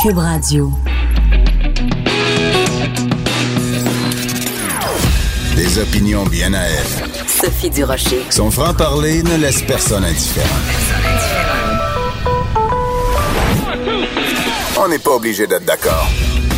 Cube Radio. Des opinions bien à elle. Sophie Durocher. Son franc-parler ne laisse personne indifférent. On n'est pas obligé d'être d'accord.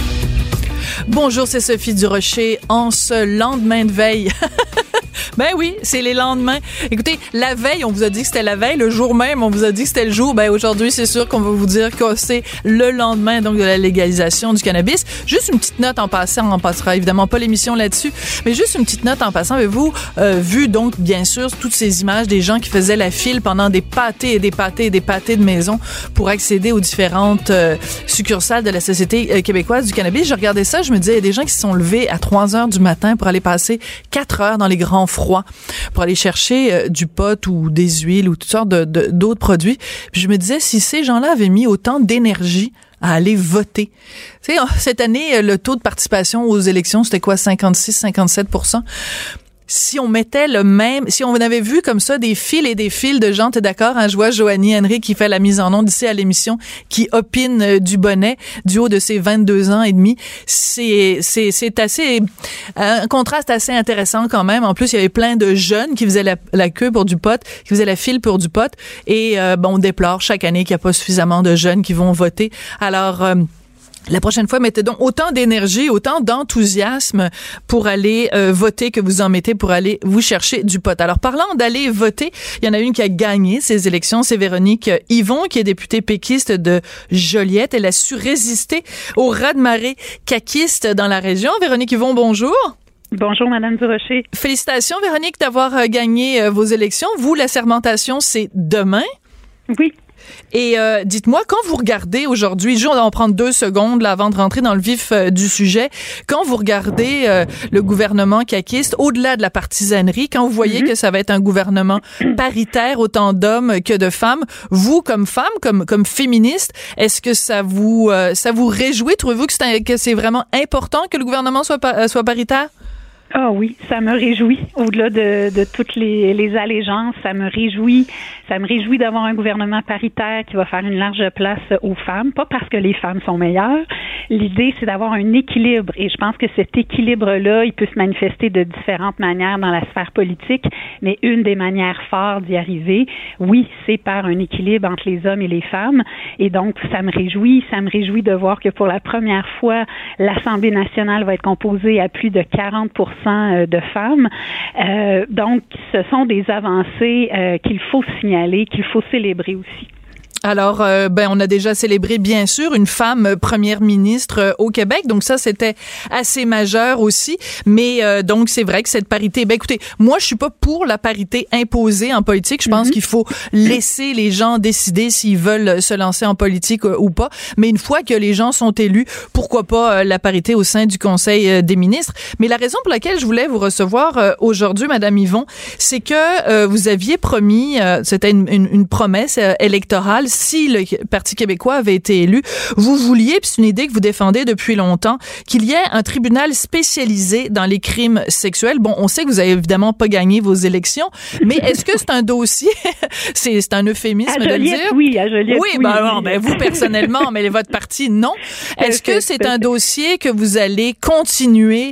Bonjour, c'est Sophie Durocher en ce lendemain de veille. Ben oui, c'est les lendemains. Écoutez, la veille, on vous a dit que c'était la veille. Le jour même, on vous a dit que c'était le jour. Ben aujourd'hui, c'est sûr qu'on va vous dire que c'est le lendemain donc de la légalisation du cannabis. Juste une petite note en passant. On passera évidemment pas l'émission là-dessus, mais juste une petite note en passant. Avez-vous vu donc bien sûr toutes ces images des gens qui faisaient la file pendant des pâtés et des pâtés et des pâtés de maison pour accéder aux différentes succursales de la Société québécoise du cannabis? Je regardais ça, je me disais, il y a des gens qui se sont levés à 3 heures du matin pour aller passer 4 heures dans les grands froids pour aller chercher du pot ou des huiles ou toutes sortes d'autres produits. Puis je me disais, si ces gens-là avaient mis autant d'énergie à aller voter. Tu sais, cette année, le taux de participation aux élections, c'était quoi? 56-57%. Si on mettait le même, si on avait vu comme ça des fils et des fils de gens, t'es d'accord, hein? Je vois Joanie Henry qui fait la mise en onde ici à l'émission, qui opine du bonnet du haut de ses 22 ans et demi. C'est assez, un contraste assez intéressant quand même. En plus, il y avait plein de jeunes qui faisaient la queue pour du pot, qui faisaient la file pour du pot. Et, on déplore chaque année qu'il n'y a pas suffisamment de jeunes qui vont voter. Alors, la prochaine fois, mettez donc autant d'énergie, autant d'enthousiasme pour aller voter que vous en mettez pour aller vous chercher du pot. Alors, parlant d'aller voter, il y en a une qui a gagné ces élections, c'est Véronique Yvon, qui est députée péquiste de Joliette. Elle a su résister au raz-de-marée caquiste dans la région. Véronique Yvon, bonjour. Bonjour, Madame Durocher. Félicitations, Véronique, d'avoir gagné vos élections. Vous, la sermentation, c'est demain? Oui. Et dites-moi, quand vous regardez aujourd'hui, on va prendre 2 secondes là, avant de rentrer dans le vif du sujet, quand vous regardez le gouvernement caquiste, au-delà de la partisanerie, quand vous voyez que ça va être un gouvernement paritaire, autant d'hommes que de femmes, vous, comme femme, comme féministe, est-ce que ça vous réjouit? Trouvez-vous que c'est vraiment important que le gouvernement soit paritaire? Ah oui, ça me réjouit. Au-delà de toutes les allégeances, ça me réjouit d'avoir un gouvernement paritaire qui va faire une large place aux femmes. Pas parce que les femmes sont meilleures. L'idée, c'est d'avoir un équilibre. Et je pense que cet équilibre-là, il peut se manifester de différentes manières dans la sphère politique. Mais une des manières fortes d'y arriver, oui, c'est par un équilibre entre les hommes et les femmes. Et donc, ça me réjouit de voir que pour la première fois, l'Assemblée nationale va être composée à plus de 40% de femmes. Donc, ce sont des avancées qu'il faut signaler, qu'il faut célébrer aussi. Alors, on a déjà célébré, bien sûr, une femme première ministre au Québec. Donc ça, c'était assez majeur aussi. Mais donc, c'est vrai que cette parité... écoutez, moi, je suis pas pour la parité imposée en politique. Je pense qu'il faut laisser les gens décider s'ils veulent se lancer en politique ou pas. Mais une fois que les gens sont élus, pourquoi pas la parité au sein du Conseil des ministres? Mais la raison pour laquelle je voulais vous recevoir aujourd'hui, Madame Yvon, c'est que vous aviez promis, c'était une promesse électorale, si le Parti québécois avait été élu, vous vouliez, puis c'est une idée que vous défendez depuis longtemps, qu'il y ait un tribunal spécialisé dans les crimes sexuels. Bon, on sait que vous avez évidemment pas gagné vos élections, mais est-ce que c'est un dossier, c'est un euphémisme de le dire? Oui, à Joliette, oui. Ben, vous personnellement, mais votre parti, non. Est-ce que c'est un dossier que vous allez continuer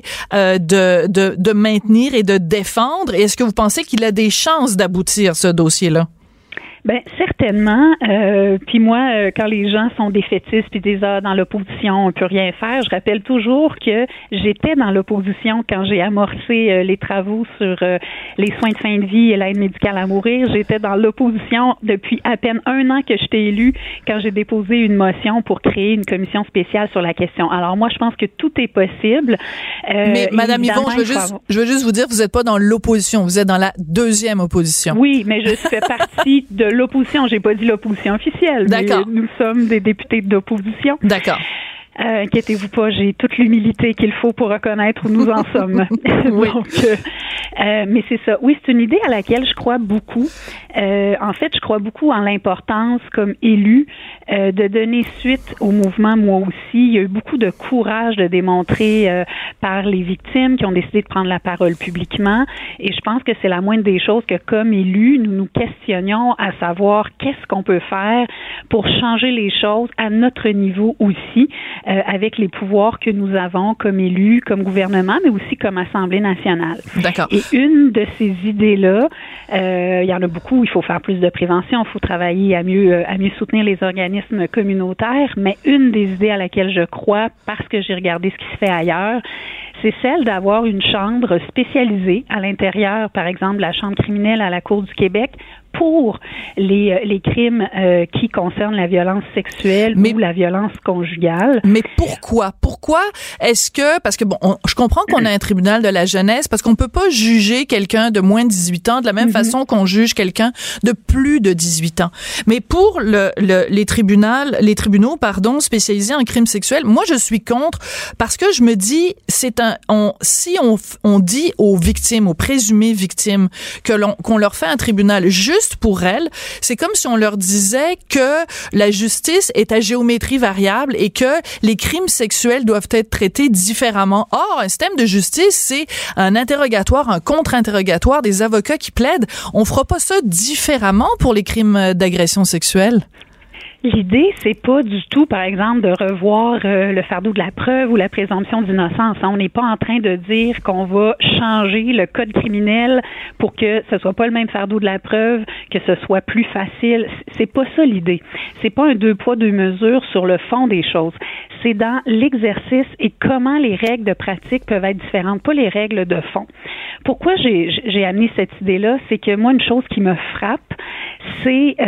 de maintenir et de défendre? Et est-ce que vous pensez qu'il a des chances d'aboutir, ce dossier-là? Ben certainement. Puis moi, quand les gens sont défaitistes puis disent dans l'opposition on peut rien faire, je rappelle toujours que j'étais dans l'opposition quand j'ai amorcé les travaux sur les soins de fin de vie et l'aide médicale à mourir. J'étais dans l'opposition depuis à peine 1 an que j'étais élue quand j'ai déposé une motion pour créer une commission spéciale sur la question. Alors moi, je pense que tout est possible. Mais Madame Yvon, je veux juste vous dire, vous n'êtes pas dans l'opposition, vous êtes dans la deuxième opposition. Oui, mais je fais partie de l'opposition. J'ai pas dit l'opposition officielle. D'accord. Mais nous sommes des députés d'opposition. D'accord. Inquiétez-vous pas, j'ai toute l'humilité qu'il faut pour reconnaître où nous en sommes. Oui. Donc, Mais c'est ça. Oui, c'est une idée à laquelle je crois beaucoup. En fait, je crois beaucoup en l'importance, comme élu, de donner suite au mouvement Moi aussi. Il y a eu beaucoup de courage de démontrer par les victimes qui ont décidé de prendre la parole publiquement. Et je pense que c'est la moindre des choses que, comme élus, nous nous questionnions à savoir qu'est-ce qu'on peut faire pour changer les choses à notre niveau aussi, avec les pouvoirs que nous avons comme élus, comme gouvernement, mais aussi comme Assemblée nationale. D'accord. Et une de ces idées-là, il y en a beaucoup, il faut faire plus de prévention, il faut travailler à mieux soutenir les organismes communautaires, mais une des idées à laquelle je crois, parce que j'ai regardé ce qui se fait ailleurs, c'est celle d'avoir une chambre spécialisée à l'intérieur, par exemple la chambre criminelle à la Cour du Québec, pour les crimes qui concernent la violence sexuelle ou la violence conjugale. Mais pourquoi? Pourquoi est-ce que... Parce que, bon, je comprends qu'on a un tribunal de la jeunesse, parce qu'on peut pas juger quelqu'un de moins de 18 ans de la même façon qu'on juge quelqu'un de plus de 18 ans. Mais pour les tribunaux, spécialisés en crimes sexuels, moi, je suis contre, parce que je me dis, si on dit aux victimes, aux présumées victimes, qu'on leur fait un tribunal juste pour elles, c'est comme si on leur disait que la justice est à géométrie variable et que les crimes sexuels doivent être traités différemment. Or, un système de justice, c'est un interrogatoire, un contre-interrogatoire, des avocats qui plaident. On fera pas ça différemment pour les crimes d'agression sexuelle? L'idée, c'est pas du tout, par exemple, de revoir le fardeau de la preuve ou la présomption d'innocence. On n'est pas en train de dire qu'on va changer le code criminel pour que ce soit pas le même fardeau de la preuve, que ce soit plus facile. C'est pas ça l'idée. C'est pas un deux poids, deux mesures sur le fond des choses. C'est dans l'exercice et comment les règles de pratique peuvent être différentes, pas les règles de fond. Pourquoi j'ai amené cette idée-là? C'est que moi, une chose qui me frappe, c'est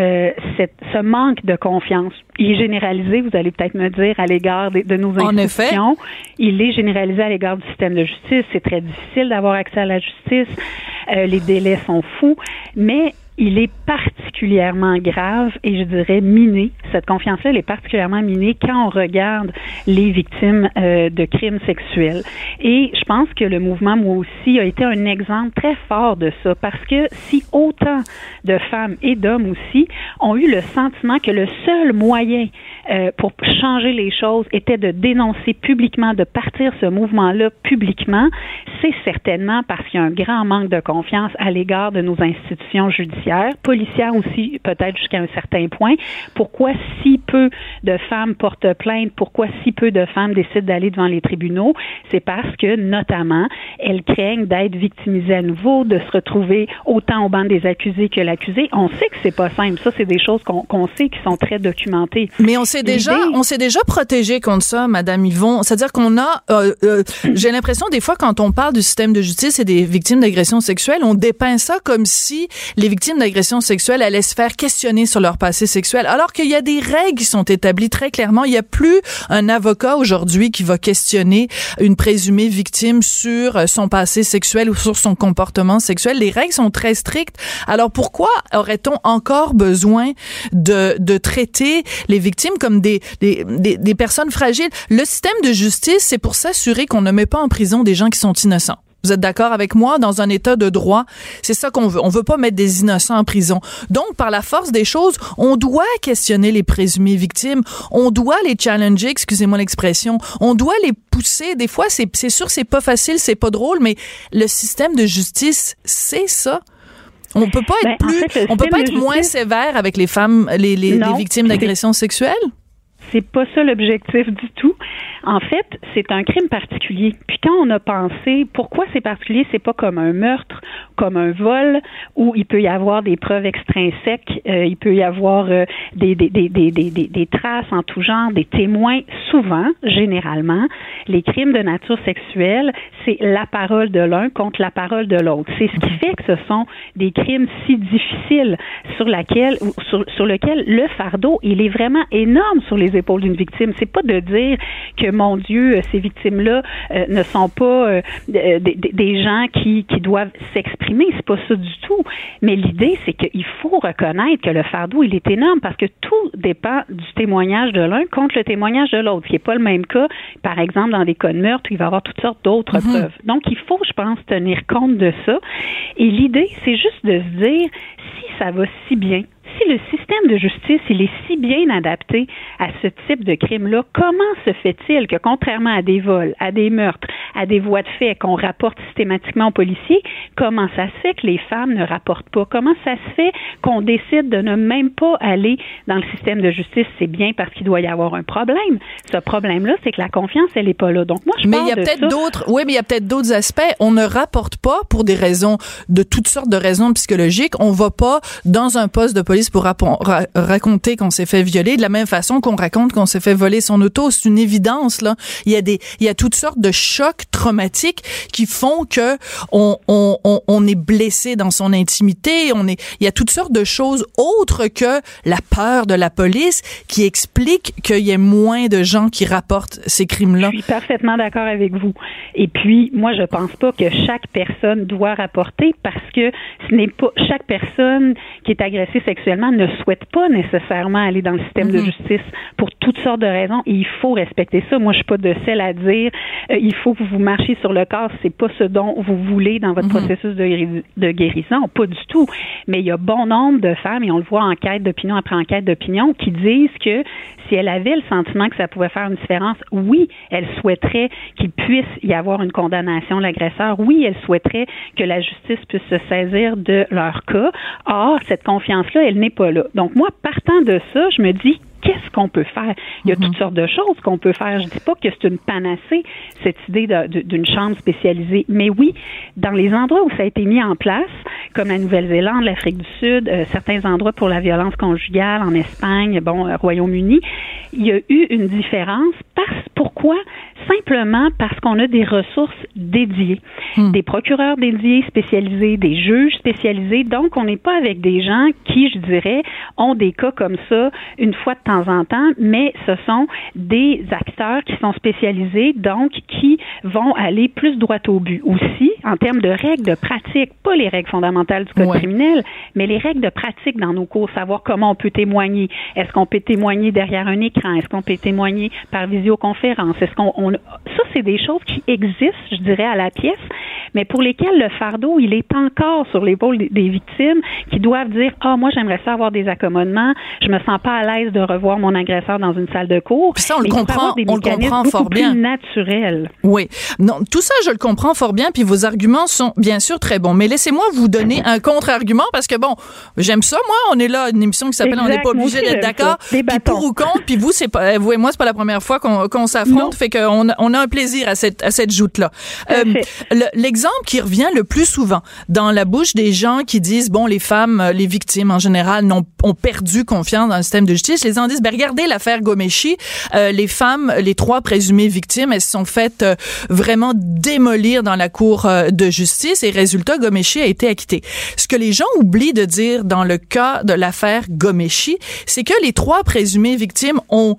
ce manque de confiance. Il est généralisé, vous allez peut-être me dire, à l'égard de nos institutions. En effet. Il est généralisé à l'égard du système de justice. C'est très difficile d'avoir accès à la justice. Les délais sont fous. Mais il est particulièrement grave et je dirais miné. Cette confiance-là, elle est particulièrement minée quand on regarde les victimes de crimes sexuels. Et je pense que le mouvement Moi aussi a été un exemple très fort de ça parce que si autant de femmes et d'hommes aussi ont eu le sentiment que le seul moyen pour changer les choses était de dénoncer publiquement, de partir ce mouvement-là publiquement, c'est certainement parce qu'il y a un grand manque de confiance à l'égard de nos institutions judiciaires, policières aussi, peut-être jusqu'à un certain point. Pourquoi si peu de femmes portent plainte? Pourquoi si peu de femmes décident d'aller devant les tribunaux? C'est parce que, notamment, elles craignent d'être victimisées à nouveau, de se retrouver autant au banc des accusés que l'accusé. On sait que c'est pas simple. Ça, c'est des choses qu'on sait qui sont très documentées. Mais on s'est déjà protégé contre ça, Madame Yvon. C'est-à-dire qu'on a, j'ai l'impression des fois quand on parle du système de justice et des victimes d'agressions sexuelles, on dépeint ça comme si les victimes d'agressions sexuelles allaient se faire questionner sur leur passé sexuel, alors qu'il y a des règles qui sont établies très clairement. Il n'y a plus un avocat aujourd'hui qui va questionner une présumée victime sur son passé sexuel ou sur son comportement sexuel. Les règles sont très strictes. Alors pourquoi aurait-on encore besoin de traiter les victimes comme des personnes fragiles? Le système de justice, c'est pour s'assurer qu'on ne met pas en prison des gens qui sont innocents. Vous êtes d'accord avec moi? Dans un état de droit, c'est ça qu'on veut. On veut pas mettre des innocents en prison. Donc, par la force des choses, on doit questionner les présumées victimes. On doit les challenger, excusez-moi l'expression. On doit les pousser. Des fois, c'est sûr, c'est pas facile, c'est pas drôle, mais le système de justice, c'est ça. On peut pas être on peut pas être moins sévère avec les femmes, les victimes d'agressions sexuelles? C'est pas ça l'objectif du tout. En fait, c'est un crime particulier. Puis quand on a pensé, pourquoi c'est particulier, c'est pas comme un meurtre, comme un vol, où il peut y avoir des preuves extrinsèques, il peut y avoir des traces en tout genre, des témoins. Souvent, généralement, les crimes de nature sexuelle, c'est la parole de l'un contre la parole de l'autre. C'est ce qui fait que ce sont des crimes si difficiles sur lequel le fardeau, il est vraiment énorme sur les épaules d'une victime. C'est pas de dire que que, mon Dieu, ces victimes-là ne sont pas des gens qui doivent s'exprimer. C'est pas ça du tout. Mais l'idée, c'est qu'il faut reconnaître que le fardeau, il est énorme parce que tout dépend du témoignage de l'un contre le témoignage de l'autre, qui n'est pas le même cas, par exemple, dans des cas de meurtre où il va y avoir toutes sortes d'autres preuves. Donc, il faut, je pense, tenir compte de ça. Et l'idée, c'est juste de se dire, si ça va si bien, si le système de justice, il est si bien adapté à ce type de crime-là, comment se fait-il que, contrairement à des vols, à des meurtres, à des voies de fait qu'on rapporte systématiquement aux policiers, comment ça se fait que les femmes ne rapportent pas? Comment ça se fait qu'on décide de ne même pas aller dans le système de justice? C'est bien parce qu'il doit y avoir un problème. Ce problème-là, c'est que la confiance, elle n'est pas là. Donc, moi, je parle de ça. Mais il y a peut-être d'autres aspects. On ne rapporte pas pour des raisons, de toutes sortes de raisons psychologiques. On va pas dans un poste de police pour raconter qu'on s'est fait violer de la même façon qu'on raconte qu'on s'est fait voler son auto. C'est une évidence, là. Il y a toutes sortes de chocs traumatiques qui font que on est blessé dans son intimité. Il y a toutes sortes de choses autres que la peur de la police qui expliquent qu'il y ait moins de gens qui rapportent ces crimes-là. Je suis parfaitement d'accord avec vous. Et puis, moi, je pense pas que chaque personne doit rapporter parce que ce n'est pas chaque personne qui est agressée sexuellement ne souhaite pas nécessairement aller dans le système de justice pour toutes sortes de raisons et il faut respecter ça. Moi, je suis pas de celle à dire il faut que vous marchiez sur le corps, c'est pas ce dont vous voulez dans votre processus de guérison, pas du tout. Mais il y a bon nombre de femmes, et on le voit enquête d'opinion après enquête d'opinion, qui disent que si elle avait le sentiment que ça pouvait faire une différence, oui, elle souhaiterait qu'il puisse y avoir une condamnation de l'agresseur. Oui, elle souhaiterait que la justice puisse se saisir de leur cas. Or, cette confiance-là, elle n'est pas là. Donc, moi, partant de ça, je me dis, qu'est-ce qu'on peut faire? Il y a toutes sortes de choses qu'on peut faire. Je ne dis pas que c'est une panacée, cette idée d'une chambre spécialisée. Mais oui, dans les endroits où ça a été mis en place, comme la Nouvelle-Zélande, l'Afrique du Sud, certains endroits pour la violence conjugale, en Espagne, Royaume-Uni, il y a eu une différence. Pourquoi? Simplement parce qu'on a des ressources dédiées, des procureurs dédiés spécialisés, des juges spécialisés. Donc, on n'est pas avec des gens qui, je dirais, ont des cas comme ça une fois de temps en temps, mais ce sont des acteurs qui sont spécialisés, donc qui vont aller plus droit au but. Aussi, en termes de règles de pratique, pas les règles fondamentales du code criminel, mais les règles de pratique dans nos cours, savoir comment on peut témoigner. Est-ce qu'on peut témoigner derrière un écran? Est-ce qu'on peut témoigner par visioconférence? Ça, c'est des choses qui existent, je dirais, à la pièce, mais pour lesquelles le fardeau, il est encore sur l'épaule des victimes qui doivent dire « Ah, moi, j'aimerais ça avoir des accommodements, je me sens pas à l'aise de revoir mon agresseur dans une salle de cours. » Puis ça, on le comprend fort bien. Plus naturel. Oui. Non, tout ça, je le comprends fort bien, puis vos arguments sont bien sûr très bons. Mais laissez-moi vous donner un contre-argument, parce que bon, j'aime ça, moi. On est là, une émission qui s'appelle « On n'est pas obligé d'être d'accord », puis pour ou contre, puis vous et moi, c'est pas la première fois qu'on s'affronte, fait qu'on a un plaisir à cette joute-là. L'exemple qui revient le plus souvent dans la bouche des gens qui disent, bon, les femmes, les victimes en général ont perdu confiance dans le système de justice, les gens disent, regardez l'affaire Ghomeshi, les femmes, les 3 présumées victimes, elles se sont faites vraiment démolir dans la cour de justice et résultat, Ghomeshi a été acquitté. Ce que les gens oublient de dire dans le cas de l'affaire Ghomeshi, c'est que les 3 présumées victimes ont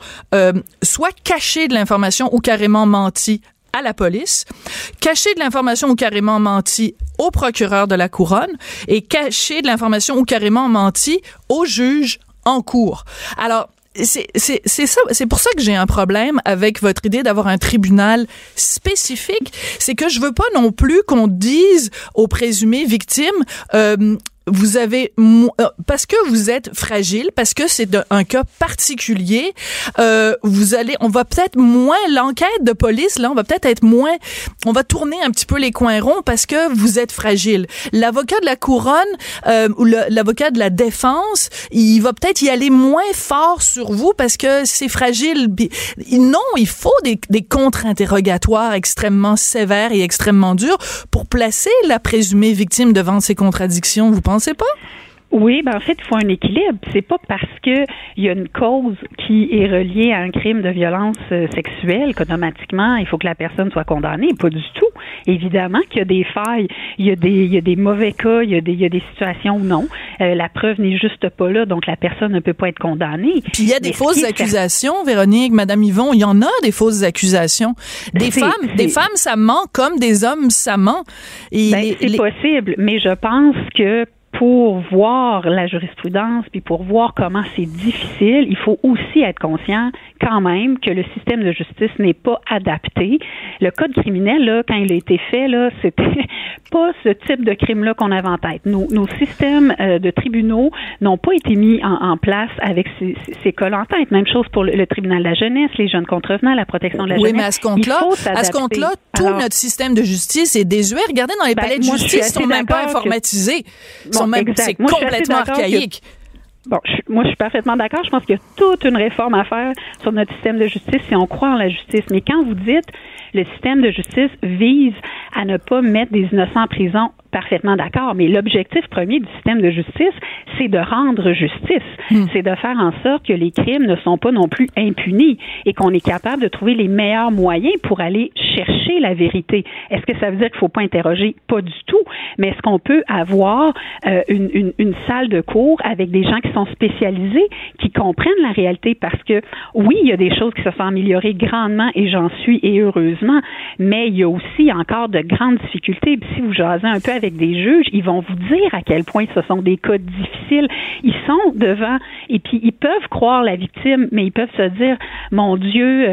soit caché de l'information ou carrément menti à la police, caché de l'information ou carrément menti au procureur de la couronne et caché de l'information ou carrément menti au juge en cours. Alors, c'est ça, c'est pour ça que j'ai un problème avec votre idée d'avoir un tribunal spécifique. C'est que je veux pas non plus qu'on dise aux présumées victimes, vous avez parce que vous êtes fragile, parce que c'est un cas particulier, on va peut-être moins l'enquête de police là, on va peut-être être moins, on va tourner un petit peu les coins ronds parce que vous êtes fragile. L'avocat de la couronne ou l'avocat de la défense, il va peut-être y aller moins fort sur vous parce que c'est fragile. Non, il faut des contre-interrogatoires extrêmement sévères et extrêmement durs pour placer la présumée victime devant ses contradictions. Vous pensez pas? Oui, en fait, il faut un équilibre. C'est pas parce que il y a une cause qui est reliée à un crime de violence sexuelle qu'automatiquement il faut que la personne soit condamnée. Pas du tout. Évidemment qu'il y a des failles, il y a des mauvais cas, il y a des situations où non. La preuve n'est juste pas là, donc la personne ne peut pas être condamnée. Puis il y a des fausses accusations, Véronique, Madame Yvon. Il y en a des fausses accusations. Des femmes, ça ment comme des hommes, ça ment. C'est possible, mais je pense que pour voir la jurisprudence puis pour voir comment c'est difficile, il faut aussi être conscient quand même que le système de justice n'est pas adapté. Le code criminel, là, quand il a été fait, là, c'était pas ce type de crime-là qu'on avait en tête. Nos systèmes de tribunaux n'ont pas été mis en place avec ces cas-là en tête. Même chose pour le tribunal de la jeunesse, les jeunes contrevenants, la protection de la jeunesse. Oui, mais à ce compte-là, tout notre système de justice est désuet. Regardez, dans les palais de justice, ils sont même pas informatisés. C'est complètement archaïque. Moi, je suis parfaitement d'accord. Je pense qu'il y a toute une réforme à faire sur notre système de justice si on croit en la justice. Mais quand vous dites le système de justice vise à ne pas mettre des innocents en prison, parfaitement d'accord, mais l'objectif premier du système de justice, c'est de rendre justice. C'est de faire en sorte que les crimes ne sont pas non plus impunis et qu'on est capable de trouver les meilleurs moyens pour aller chercher la vérité. Est-ce que ça veut dire qu'il ne faut pas interroger? Pas du tout. Mais est-ce qu'on peut avoir une salle de cours avec des gens qui sont spécialisés, qui comprennent la réalité? Parce que, oui, il y a des choses qui se sont améliorées grandement et j'en suis et heureusement, mais il y a aussi encore de grandes difficultés. Puis si vous jasez un peu avec des juges, ils vont vous dire à quel point ce sont des cas difficiles. Ils sont devant, et puis ils peuvent croire la victime, mais ils peuvent se dire, mon Dieu,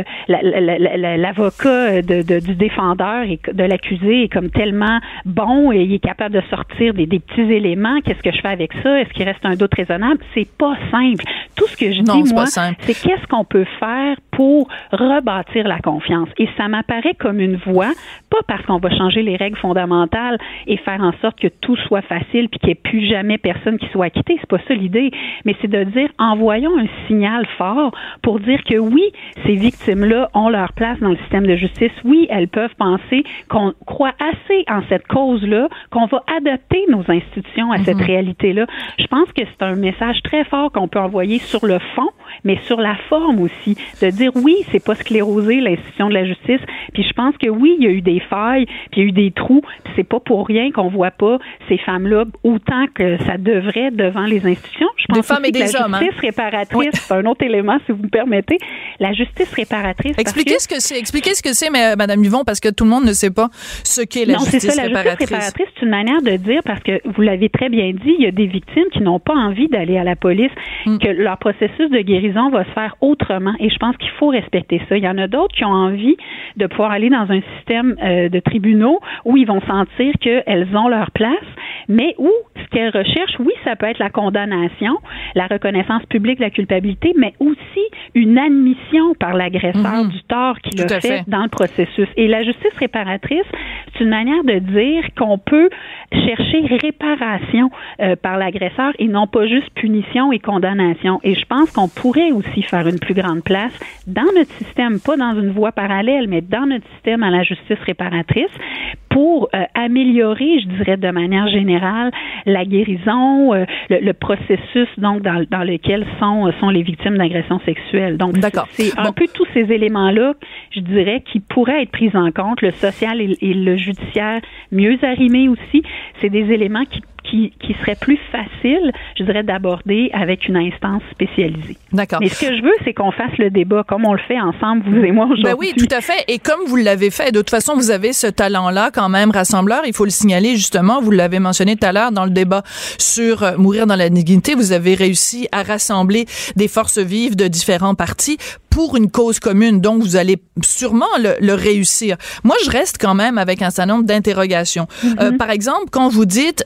l'avocat du défendeur et de l'accusé est comme tellement bon et il est capable de sortir des petits éléments. Qu'est-ce que je fais avec ça? Est-ce qu'il reste un doute raisonnable? C'est pas simple. Tout ce que je dis, moi, c'est qu'est-ce qu'on peut faire pour rebâtir la confiance. Et ça m'apparaît comme une voie, pas parce qu'on va changer les règles fondamentales et faire en sorte que tout soit facile puis qu'il n'y ait plus jamais personne qui soit acquitté. C'est pas ça l'idée. Mais c'est de dire, envoyons un signal fort pour dire que oui, ces victimes-là ont leur place dans le système de justice. Oui, elles peuvent penser qu'on croit assez en cette cause-là, qu'on va adapter nos institutions à cette réalité-là. Je pense que c'est un message très fort qu'on peut envoyer sur le fond, mais sur la forme aussi. De dire oui, c'est pas sclérosé, l'institution de la justice. Puis je pense que oui, il y a eu des failles, puis il y a eu des trous. Puis c'est pas pour rien qu'on voit pas ces femmes-là autant que ça devrait devant les institutions. Je pense des femmes et des que hommes, la justice réparatrice, c'est un autre élément, si vous me permettez. La justice réparatrice. Expliquez ce que c'est, Madame Yvon, parce que tout le monde ne sait pas ce qu'est la justice réparatrice. La justice réparatrice, c'est une manière de dire, parce que vous l'avez très bien dit, il y a des victimes qui n'ont pas envie d'aller à la police, que leur processus de guérison va se faire autrement. Et je pense qu'il faut respecter ça. Il y en a d'autres qui ont envie de pouvoir aller dans un système de tribunaux où ils vont sentir qu'elles ont leur place, mais où ce qu'elles recherchent, oui, ça peut être la condamnation, la reconnaissance publique de la culpabilité, mais aussi une admission par l'agresseur du tort qu'il a fait dans le processus. Et la justice réparatrice, c'est une manière de dire qu'on peut chercher réparation par l'agresseur et non pas juste punition et condamnation. Et je pense qu'on pourrait aussi faire une plus grande place dans notre système, pas dans une voie parallèle, mais dans notre système à la justice réparatrice pour améliorer, je dirais, de manière générale, la guérison, le processus donc dans lequel sont les victimes d'agressions sexuelles. Donc, c'est un peu tous ces éléments-là, je dirais, qui pourraient être pris en compte. Le social et le judiciaire mieux arrimés aussi, c'est des éléments qui serait plus facile, je dirais, d'aborder avec une instance spécialisée. D'accord. Mais ce que je veux, c'est qu'on fasse le débat comme on le fait ensemble, vous et moi, aujourd'hui. Ben oui, tout à fait. Et comme vous l'avez fait, de toute façon, vous avez ce talent-là quand même, rassembleur. Il faut le signaler, justement. Vous l'avez mentionné tout à l'heure dans le débat sur mourir dans la dignité. Vous avez réussi à rassembler des forces vives de différents partis pour une cause commune. Donc, vous allez sûrement le réussir. Moi, je reste quand même avec un certain nombre d'interrogations. Par exemple, quand vous dites,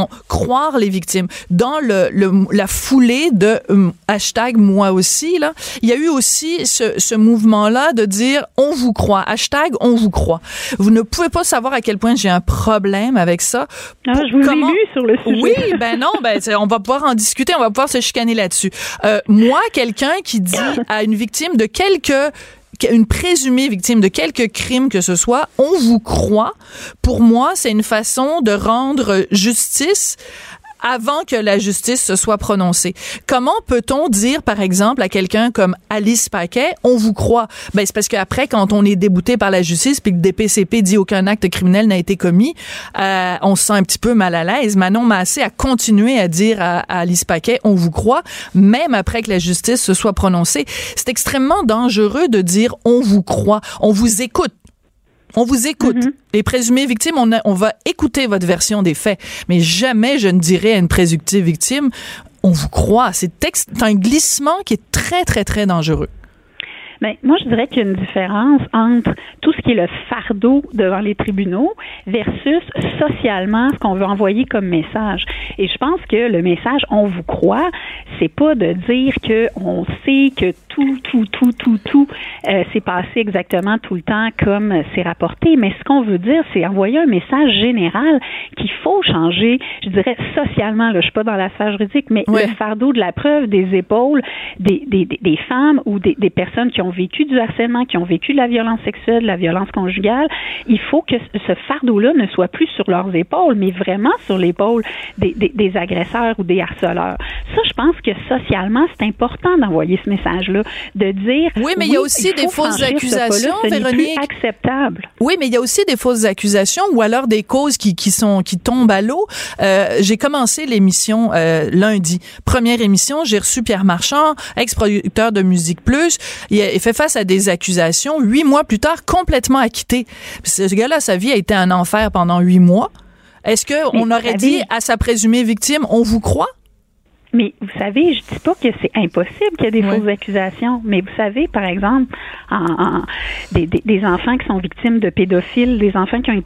croire les victimes, dans la foulée de hashtag moi aussi, là, il y a eu aussi ce mouvement-là de dire on vous croit, hashtag on vous croit. Vous ne pouvez pas savoir à quel point j'ai un problème avec ça. Je vous ai lu sur le sujet. Oui, on va pouvoir en discuter, on va pouvoir se chicaner là-dessus. Moi, quelqu'un qui dit à une victime de une présumée victime de quelque crime que ce soit, on vous croit. Pour moi, c'est une façon de rendre justice avant que la justice se soit prononcée. Comment peut-on dire, par exemple, à quelqu'un comme Alice Paquet, on vous croit? Ben, c'est parce qu'après, quand on est débouté par la justice puis que le DPCP dit aucun acte criminel n'a été commis, on se sent un petit peu mal à l'aise. Manon Massé a continué à dire à Alice Paquet, on vous croit, même après que la justice se soit prononcée. C'est extrêmement dangereux de dire on vous croit, on vous écoute. On vous écoute. Mm-hmm. Les présumées victimes, on va écouter votre version des faits, mais jamais je ne dirais à une présomptive victime, on vous croit. C'est un glissement qui est très, très, très dangereux. Bien, moi, je dirais qu'il y a une différence entre tout ce qui est le fardeau devant les tribunaux versus socialement ce qu'on veut envoyer comme message. Et je pense que le message « on vous croit », c'est pas de dire que on sait que tout s'est passé exactement tout le temps comme c'est rapporté, mais ce qu'on veut dire, c'est envoyer un message général qu'il faut changer, je dirais socialement, là, je suis pas dans la sphère juridique, mais le fardeau de la preuve des épaules des femmes ou des personnes qui ont vécu du harcèlement, qui ont vécu de la violence sexuelle, de la violence conjugale, il faut que ce fardeau-là ne soit plus sur leurs épaules, mais vraiment sur l'épaule des agresseurs ou des harceleurs. Ça, je pense que socialement, c'est important d'envoyer ce message-là, de dire oui, mais il y a aussi des fausses accusations, Véronique. C'est plus acceptable. Oui, mais il y a aussi des fausses accusations ou alors des causes qui tombent à l'eau. J'ai commencé l'émission lundi. Première émission, j'ai reçu Pierre Marchand, ex-producteur de Musique Plus. Il fait face à des accusations. 8 mois plus tard, complètement acquitté. Ce gars-là, sa vie a été un enfer pendant 8 mois. Est-ce qu'on aurait dit à sa présumée victime, on vous croit? Mais vous savez, je dis pas que c'est impossible qu'il y ait des fausses accusations, mais vous savez, par exemple, des enfants qui sont victimes de pédophiles, des enfants qui ont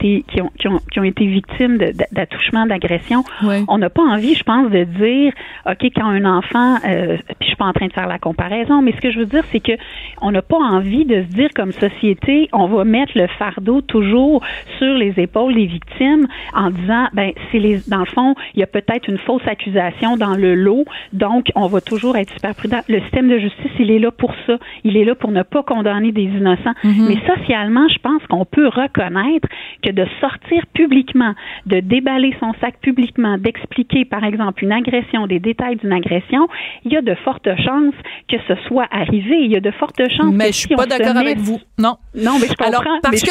été victimes d'attouchement, d'agression, on n'a pas envie, je pense, de dire, OK, quand un enfant, puis je suis pas en train de faire la comparaison, mais ce que je veux dire, c'est que on n'a pas envie de se dire comme société, on va mettre le fardeau toujours sur les épaules des victimes en disant, ben, dans le fond, il y a peut-être une fausse accusation dans le lot. Donc, on va toujours être super prudent. Le système de justice, il est là pour ça. Il est là pour ne pas condamner des innocents. Mm-hmm. Mais socialement, je pense qu'on peut reconnaître que de sortir publiquement, de déballer son sac publiquement, d'expliquer, par exemple, une agression, des détails d'une agression, il y a de fortes chances que ce soit arrivé. Il y a de fortes chances. Mais je suis pas d'accord avec vous. Non. Non, mais je comprends. Alors, parce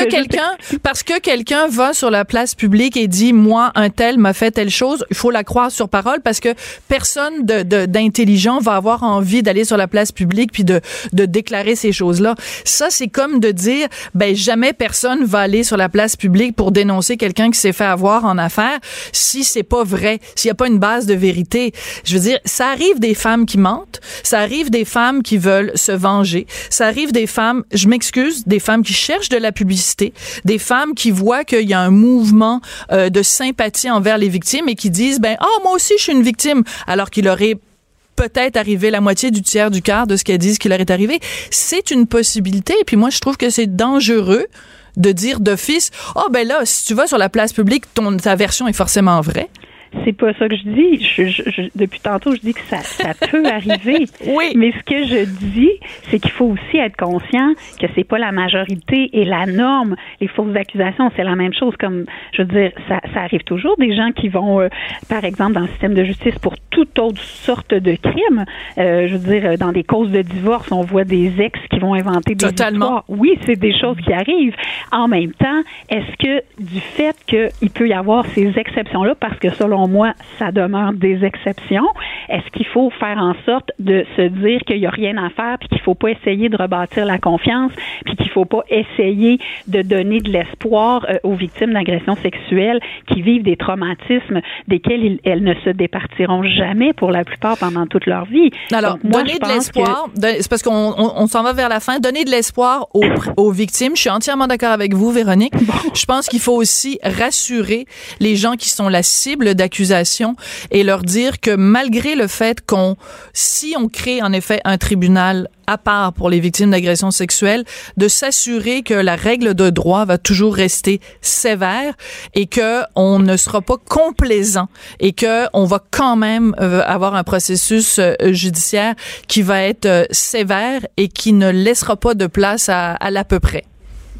que quelqu'un va sur la place publique et dit, moi, un tel m'a fait telle chose, il faut la croire sur parole parce que personne d'intelligent va avoir envie d'aller sur la place publique puis de déclarer ces choses-là. Ça, c'est comme de dire, ben, jamais personne va aller sur la place publique pour dénoncer quelqu'un qui s'est fait avoir en affaires si c'est pas vrai, s'il y a pas une base de vérité. Je veux dire, ça arrive des femmes qui mentent, ça arrive des femmes qui veulent se venger, ça arrive des femmes, je m'excuse, des femmes qui cherchent de la publicité, des femmes qui voient qu'il y a un mouvement de sympathie envers les victimes et qui disent, ben, moi aussi, je suis une victime, alors qu'il aurait peut-être arrivé la moitié du tiers du quart de ce qu'elles disent qu'il leur est arrivé. C'est une possibilité. Et puis moi, je trouve que c'est dangereux de dire d'office, ben là, si tu vas sur la place publique, ta version est forcément vraie. C'est pas ça que je dis. Depuis tantôt, je dis que ça peut arriver. Oui. Mais ce que je dis, c'est qu'il faut aussi être conscient que c'est pas la majorité et la norme. Les fausses accusations, c'est la même chose. Comme, je veux dire, ça arrive toujours des gens qui vont, par exemple, dans le système de justice pour toute autre sorte de crime. Je veux dire, dans des causes de divorce, on voit des ex qui vont inventer des histoires. Oui, c'est des choses qui arrivent. En même temps, est-ce que du fait qu'il peut y avoir ces exceptions-là, parce que selon moi, ça demeure des exceptions. Est-ce qu'il faut faire en sorte de se dire qu'il n'y a rien à faire puis qu'il ne faut pas essayer de rebâtir la confiance puis qu'il ne faut pas essayer de donner de l'espoir aux victimes d'agressions sexuelles qui vivent des traumatismes desquels elles ne se départiront jamais pour la plupart pendant toute leur vie? Alors, donc, moi, donner de l'espoir, c'est parce qu'on s'en va vers la fin, donner de l'espoir aux victimes. Je suis entièrement d'accord avec vous, Véronique. Bon. Je pense qu'il faut aussi rassurer les gens qui sont la cible d'accusations et leur dire que malgré le fait si on crée en effet un tribunal à part pour les victimes d'agressions sexuelles, de s'assurer que la règle de droit va toujours rester sévère et que on ne sera pas complaisant et que on va quand même avoir un processus judiciaire qui va être sévère et qui ne laissera pas de place à l'à peu près.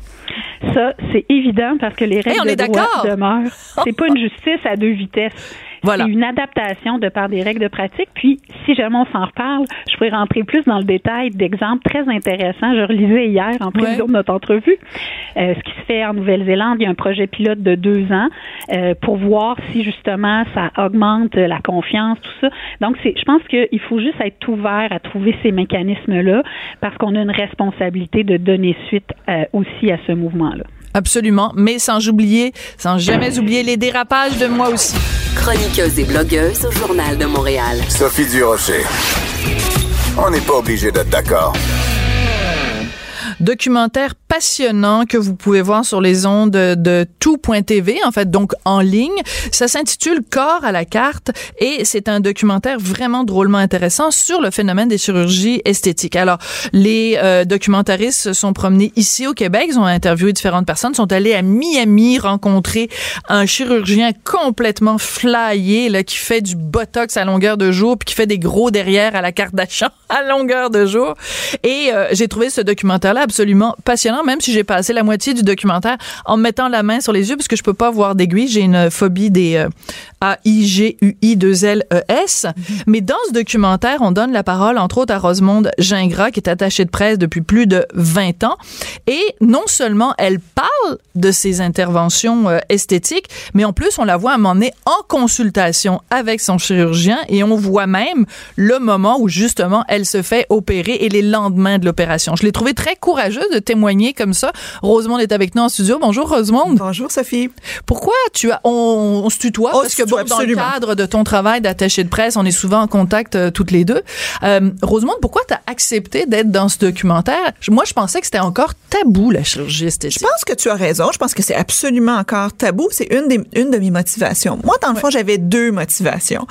Ça, c'est évident parce que les règles de droit demeurent. C'est pas une justice à deux vitesses. Voilà. C'est une adaptation de par des règles de pratique. Puis, si jamais on s'en reparle, je pourrais rentrer plus dans le détail d'exemples très intéressants. Je relisais hier en prévision de notre entrevue ce qui se fait en Nouvelle-Zélande. Il y a un projet pilote de 2 ans pour voir si justement ça augmente la confiance, tout ça. Donc, je pense qu'il faut juste être ouvert à trouver ces mécanismes-là parce qu'on a une responsabilité de donner suite aussi à ce mouvement-là. Absolument, mais sans jamais oublier les dérapages de moi aussi. Chroniqueuse et blogueuse au Journal de Montréal. Sophie Durocher. On n'est pas obligé d'être d'accord. Documentaire passionnant que vous pouvez voir sur les ondes de tout.tv, en fait, donc en ligne. Ça s'intitule Corps à la carte et c'est un documentaire vraiment drôlement intéressant sur le phénomène des chirurgies esthétiques. Alors, les documentaristes se sont promenés ici au Québec, ils ont interviewé différentes personnes, sont allés à Miami rencontrer un chirurgien complètement flyé là, qui fait du botox à longueur de jour puis qui fait des gros derrière à la Kardashian à longueur de jour. Et j'ai trouvé ce documentaire-là absolument passionnant, même si j'ai passé la moitié du documentaire en mettant la main sur les yeux parce que je peux pas voir d'aiguille. J'ai une phobie des AIGUI2LES. Mais dans ce documentaire, on donne la parole, entre autres, à Rosemonde Gingras, qui est attachée de presse depuis plus de 20 ans. Et non seulement elle parle de ses interventions esthétiques, mais en plus, on la voit à un moment donné en consultation avec son chirurgien et on voit même le moment où, justement, elle se fait opérer et les lendemains de l'opération. Je l'ai trouvé très courageuse de témoigner comme ça. Rosemonde est avec nous en studio. Bonjour, Rosemonde. Bonjour, Sophie. Pourquoi on se tutoie? Parce que bon, dans le cadre de ton travail d'attaché de presse, on est souvent en contact toutes les deux. Rosemonde, pourquoi tu as accepté d'être dans ce documentaire? Moi, je pensais que c'était encore tabou, la chirurgie esthétique. Je pense que tu as raison. Je pense que c'est absolument encore tabou. C'est une de mes motivations. Moi, dans le fond, j'avais 2 motivations.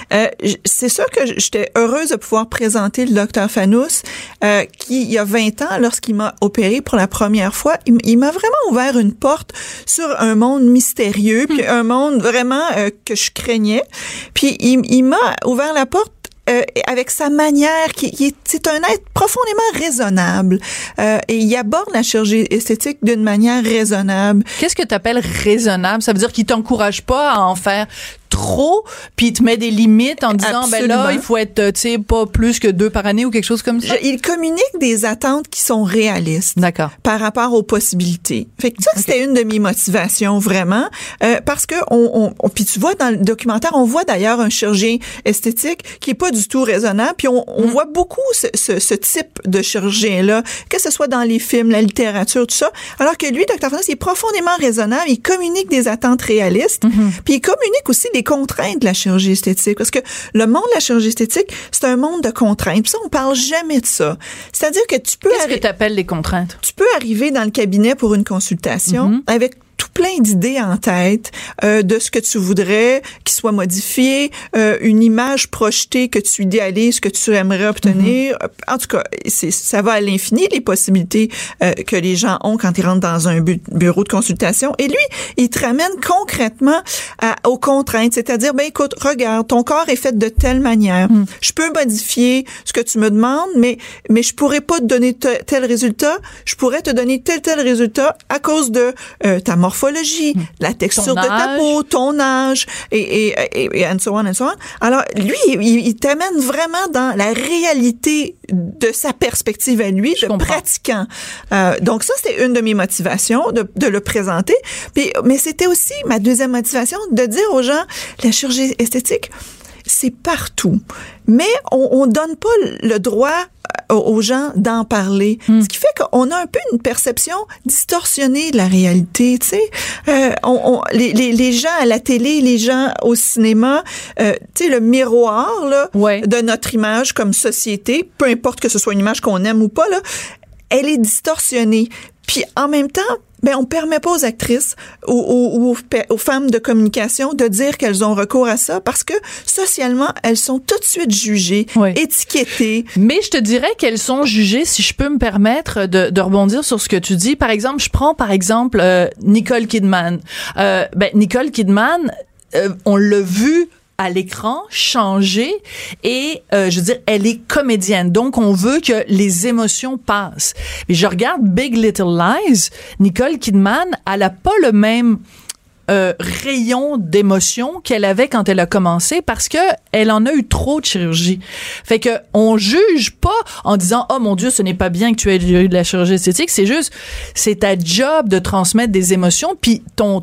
C'est sûr que j'étais heureuse de pouvoir présenter le docteur Fanous, qui, il y a 20 ans, lorsqu'il m'a opéré pour la première fois, il m'a vraiment ouvert une porte sur un monde mystérieux, puis un monde vraiment que je craignais. Puis il m'a ouvert la porte avec sa manière, c'est un être profondément raisonnable. Et il aborde la chirurgie esthétique d'une manière raisonnable. Qu'est-ce que tu appelles raisonnable? Ça veut dire qu'il t'encourage pas à en faire trop, puis il te met des limites en disant, Absolument. ben là, il faut être, tu sais, pas plus que 2 par année ou quelque chose comme ça? Il communique des attentes qui sont réalistes. D'accord. Par rapport aux possibilités. Fait que ça, c'était une de mes motivations, vraiment. Parce que puis tu vois, dans le documentaire, on voit d'ailleurs un chirurgien esthétique qui est pas du tout raisonnable, puis on voit beaucoup ce type de chirurgien-là, que ce soit dans les films, la littérature, tout ça. Alors que lui, Dr. Fanous, il est profondément raisonnable, il communique des attentes réalistes, puis il communique aussi des contraintes de la chirurgie esthétique, parce que le monde de la chirurgie esthétique, c'est un monde de contraintes. Puis ça, on parle jamais de ça. C'est-à-dire que tu peux... Qu'est-ce que tu appelles les contraintes? Tu peux arriver dans le cabinet pour une consultation avec tout plein d'idées en tête de ce que tu voudrais qu'il soit modifié, une image projetée que tu idéalises, que tu aimerais obtenir. En tout cas, ça va à l'infini, les possibilités que les gens ont quand ils rentrent dans un bureau de consultation. Et lui, il te ramène concrètement aux contraintes, c'est-à-dire, ben écoute, regarde, ton corps est fait de telle manière. Je peux modifier ce que tu me demandes, mais je pourrais pas te donner tel résultat. Je pourrais te donner tel résultat à cause de ta morphologie, la texture de ta peau, ton âge, et and so on, and so on. Alors, lui, il t'amène vraiment dans la réalité de sa perspective à lui, de pratiquant. Donc ça, c'était une de mes motivations, de le présenter. Mais c'était aussi ma deuxième motivation, de dire aux gens, la chirurgie esthétique, c'est partout. Mais on donne pas le droit aux gens d'en parler. Ce qui fait qu'on a un peu une perception distorsionnée de la réalité, tu sais. Les gens à la télé, les gens au cinéma, tu sais, le miroir, là, de notre image comme société, peu importe que ce soit une image qu'on aime ou pas, là, elle est distorsionnée. Puis en même temps, ben on permet pas aux actrices ou aux femmes de communication de dire qu'elles ont recours à ça parce que socialement elles sont tout de suite jugées, étiquetées. Mais je te dirais qu'elles sont jugées, si je peux me permettre de rebondir sur ce que tu dis. Par exemple, je prends Nicole Kidman. Nicole Kidman, on l'a vu à l'écran, changer et je veux dire, elle est comédienne. Donc, on veut que les émotions passent. Mais je regarde Big Little Lies, Nicole Kidman, elle a pas le même rayon d'émotion qu'elle avait quand elle a commencé parce que elle en a eu trop de chirurgie. Fait que on juge pas en disant oh mon Dieu, ce n'est pas bien que tu aies eu de la chirurgie esthétique, c'est juste c'est ta job de transmettre des émotions, puis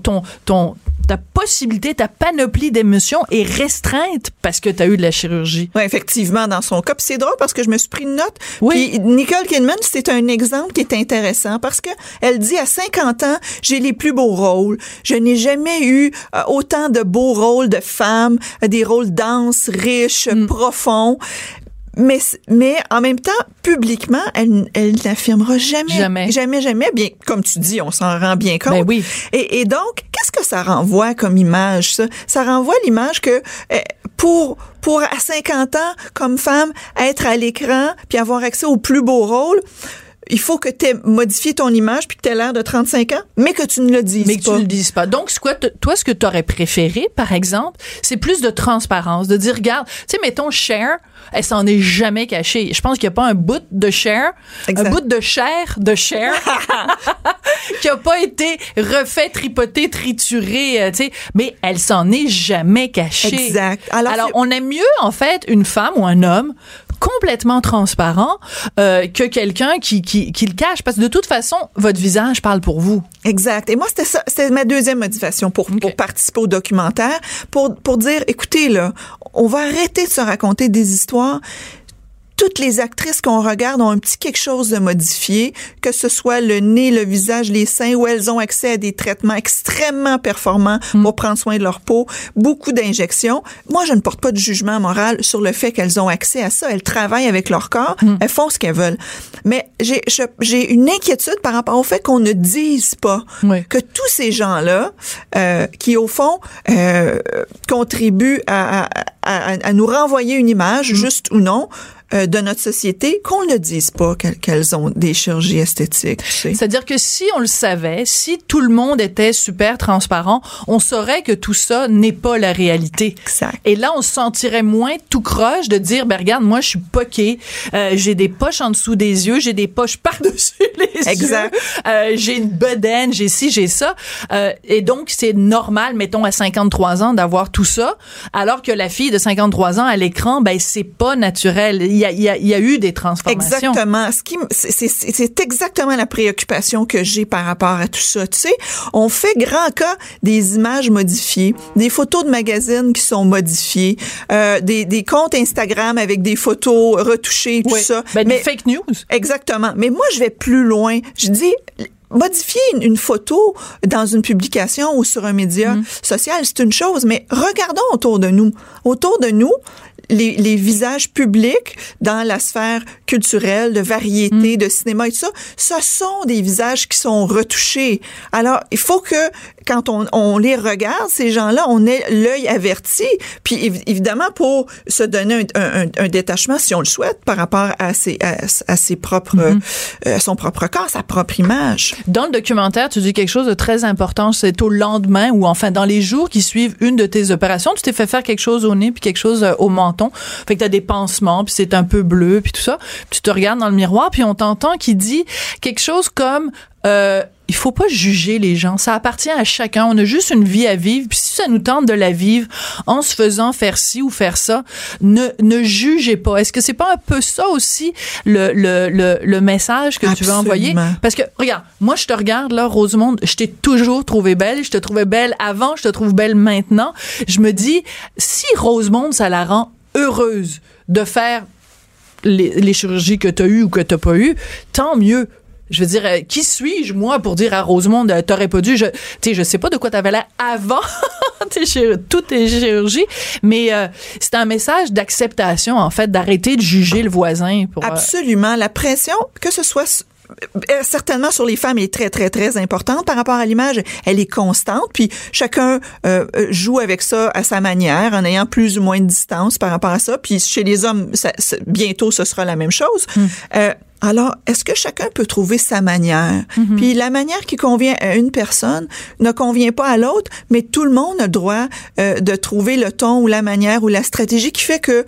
ta possibilité, ta panoplie d'émotions est restreinte parce que tu as eu de la chirurgie. Oui, effectivement, dans son cas. Puis c'est drôle parce que je me suis pris une note. Oui. Puis Nicole Kidman, c'est un exemple qui est intéressant parce que elle dit à 50 ans, j'ai les plus beaux rôles. Je n'ai jamais eu autant de beaux rôles de femmes, des rôles denses, riches, profonds. Mais en même temps, publiquement, elle n'affirmera jamais. Bien, comme tu dis, on s'en rend bien compte. Ben oui. Et donc, qu'est-ce que ça renvoie comme image, ça? Ça renvoie l'image que pour à 50 ans, comme femme, être à l'écran puis avoir accès aux plus beaux rôles, il faut que tu aies modifié ton image puis que tu aies l'air de 35 ans, mais que tu ne le dises pas. Mais que tu ne le dises pas. Donc, toi, ce que tu aurais préféré, par exemple, c'est plus de transparence, de dire, regarde, tu sais, mettons Cher, elle s'en est jamais cachée. Je pense qu'il n'y a pas un bout de Cher, un bout de chair de Cher qui a pas été refait, tripoté, trituré, tu sais, mais elle s'en est jamais cachée. Exact. Alors on aime mieux, en fait, une femme ou un homme complètement transparent que quelqu'un qui le cache, parce que de toute façon, votre visage parle pour vous. Exact. Et moi, c'était ma deuxième motivation pour participer au documentaire, pour dire, écoutez, là, on va arrêter de se raconter des histoires. Toutes les actrices qu'on regarde ont un petit quelque chose de modifié, que ce soit le nez, le visage, les seins, où elles ont accès à des traitements extrêmement performants pour prendre soin de leur peau, beaucoup d'injections. Moi, je ne porte pas de jugement moral sur le fait qu'elles ont accès à ça. Elles travaillent avec leur corps, elles font ce qu'elles veulent. Mais j'ai une inquiétude par rapport au fait qu'on ne dise pas que tous ces gens-là, qui au fond contribuent à nous renvoyer une image, juste ou non, de notre société, qu'on ne dise pas qu'elles ont des chirurgies esthétiques. Tu sais. C'est-à-dire que si on le savait, si tout le monde était super transparent, on saurait que tout ça n'est pas la réalité. Exact. Et là, on se sentirait moins tout croche de dire, ben regarde, moi, je suis poquée, j'ai des poches en dessous des yeux, j'ai des poches par-dessus les exact. yeux, j'ai une bedaine, j'ai ci, j'ai ça. Et donc, c'est normal, mettons, à 53 ans, d'avoir tout ça, alors que la fille de 53 ans, à l'écran, ben c'est pas naturel. Il y a eu des transformations. Exactement. C'est exactement la préoccupation que j'ai par rapport à tout ça. Tu sais, on fait grand cas des images modifiées, des photos de magazines qui sont modifiées, des comptes Instagram avec des photos retouchées, tout ça. Ben, des fake news. Exactement. Mais moi, je vais plus loin. Je dis, modifier une photo dans une publication ou sur un média social, c'est une chose, mais regardons autour de nous. Autour de nous, les visages publics dans la sphère culturelle, de variété, de cinéma et tout ça, ce sont des visages qui sont retouchés. Alors, il faut que, quand on les regarde, ces gens-là, on ait l'œil averti, puis évidemment pour se donner un détachement, si on le souhaite, par rapport à ses propres, son propre corps, sa propre image. Dans le documentaire, tu dis quelque chose de très important, c'est au lendemain ou enfin dans les jours qui suivent une de tes opérations, tu t'es fait faire quelque chose au nez puis quelque chose au menton. Fait que t'as des pansements puis c'est un peu bleu puis tout ça. Puis tu te regardes dans le miroir puis on t'entend qui dit quelque chose comme il faut pas juger les gens, ça appartient à chacun, on a juste une vie à vivre, puis si ça nous tente de la vivre en se faisant faire ci ou faire ça, ne jugez pas. Est-ce que c'est pas un peu ça aussi le message que tu veux envoyer? Parce que regarde, moi je te regarde là, Rosemonde, je t'ai toujours trouvée belle, je te trouvais belle avant, je te trouve belle maintenant. Je me dis, si Rosemonde, ça la rend heureuse de faire les chirurgies que t'as eues ou que t'as pas eues, tant mieux. Je veux dire, qui suis-je, moi, pour dire à Rosemonde, t'aurais pas dû, je sais pas de quoi t'avais l'air avant toutes tes chirurgies, mais c'est un message d'acceptation, en fait, d'arrêter de juger le voisin. Absolument. La pression, que ce soit certainement sur les femmes, est très, très, très importante par rapport à l'image. Elle est constante, puis chacun joue avec ça à sa manière, en ayant plus ou moins de distance par rapport à ça. Puis chez les hommes, bientôt, ce sera la même chose. Alors, est-ce que chacun peut trouver sa manière? Puis la manière qui convient à une personne ne convient pas à l'autre, mais tout le monde a le droit de trouver le ton ou la manière ou la stratégie qui fait que